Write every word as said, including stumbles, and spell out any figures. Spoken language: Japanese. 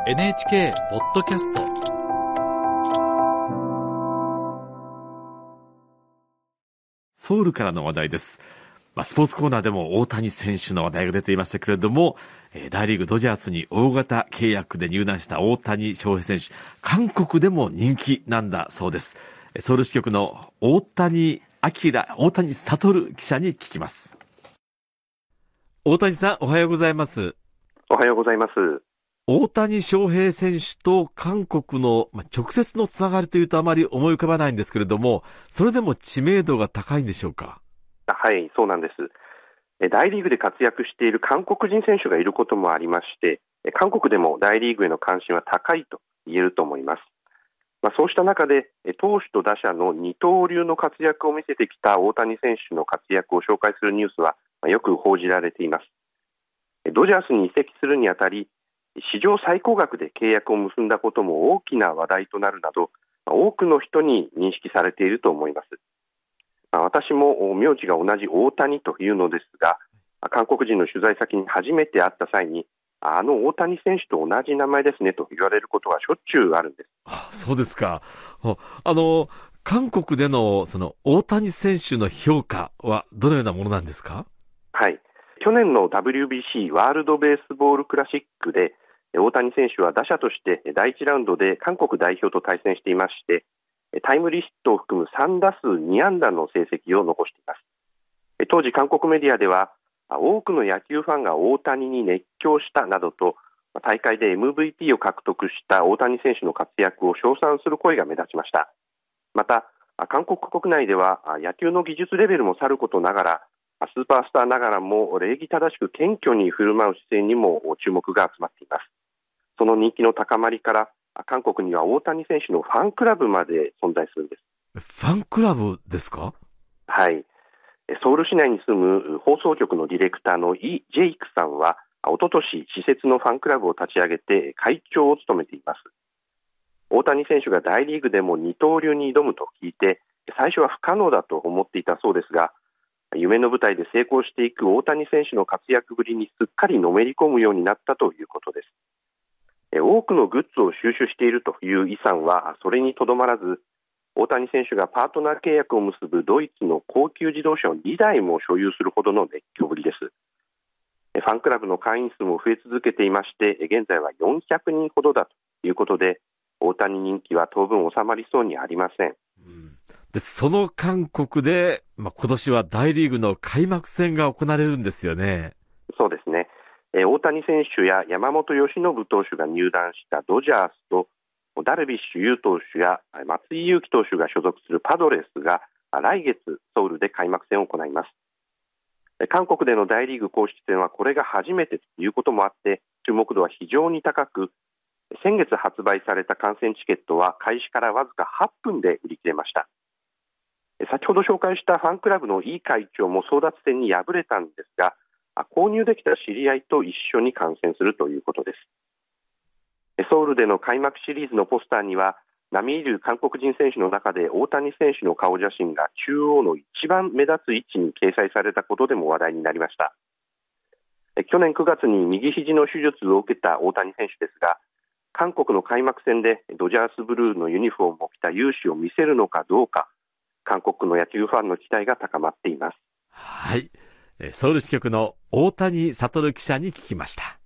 エヌエイチケー ポッドキャスト、ソウルからの話題です。まあ、スポーツコーナーでも大谷選手の話題が出ていましたけれども、えー、大リーグドジャースに大型契約で入団した大谷翔平選手、韓国でも人気なんだそうです。ソウル支局の大谷明大谷悟記者に聞きます。大谷さん、おはようございます。 おはようございます。 大谷翔平選手と韓国の、まあ、直接のつながりというとあまり思い浮かばないんですけれども、それでも知名度が高いんでしょうか？ はい、そうなんです。大リーグで活躍している韓国人選手がいることもありまして、韓国でも大リーグへの関心は高いと言えると思います。まあ、そうした中で投手と打者の二刀流の活躍を見せてきた大谷選手の活躍を紹介するニュースはよく報じられています。ドジャースに移籍するにあたり、史上最高額で契約を結んだことも大きな話題となるなど、多くの人に認識されていると思います。私も名字が同じ大谷というのですが、韓国人の取材先に初めて会った際に、あの大谷選手と同じ名前ですねと言われることがしょっちゅうあるんです。 あ、そうですか。あの韓国でのその大谷選手の評価はどのようなものなんですか？ はい、去年の ダブリュービーシー ワールドベースボールクラシックで大谷選手は打者としてだいいちラウンドで韓国代表と対戦していまして、タイムリーヒットを含むさんだすうにあんだの成績を残しています。当時韓国メディアでは、多くの野球ファンが大谷に熱狂したなどと、大会で エムブイピー を獲得した大谷選手の活躍を称賛する声が目立ちました。また韓国国内では野球の技術レベルもさることながら、スーパースターながらも礼儀正しく謙虚に振る舞う姿勢にも注目が集まっています。その人気の高まりから、韓国には大谷選手のファンクラブまで存在するんです。 ファンクラブですか？ はい、ソウル市内に住む放送局のディレクターのイ・ジェイクさんは、おととし施設のファンクラブを立ち上げて会長を務めています。大谷選手が大リーグでも二刀流に挑むと聞いて、最初は不可能だと思っていたそうですが、夢の舞台で成功していく大谷選手の活躍ぶりにすっかりのめり込むようになったということです。多くのグッズを収集しているというイさんはそれにとどまらず、大谷選手がパートナー契約を結ぶドイツの高級自動車をにだいも所有するほどの熱狂ぶりです。ファンクラブの会員数も増え続けていまして、現在はよんひゃくにんほどだということで、大谷人気は当分収まりそうにありません。 うん、でその韓国で、まあ、今年は大リーグの開幕戦が行われるんですよね。 そうですね。大谷選手や山本由伸投手が入団したドジャースと、ダルビッシュ有投手や松井裕樹投手が所属するパドレスが来月ソウルで開幕戦を行います。韓国での大リーグ公式戦はこれが初めてということもあって、注目度は非常に高く、先月発売された観戦チケットは開始からわずかはっぷんで売り切れました。先ほど紹介したファンクラブのイ会長も争奪戦に敗れたんですが、購入できた知り合いと一緒に観戦するということです。ソウルでの開幕シリーズのポスターには、並みいる韓国人選手の中で大谷選手の顔写真が中央の一番目立つ位置に掲載されたことでも話題になりました。去年くがつに右肘の手術を受けた大谷選手ですが、韓国の開幕戦でドジャースブルーのユニフォームを着た勇姿を見せるのかどうか、韓国の野球ファンの期待が高まっています。 はい、ソウル支局の大谷悟記者に聞きました。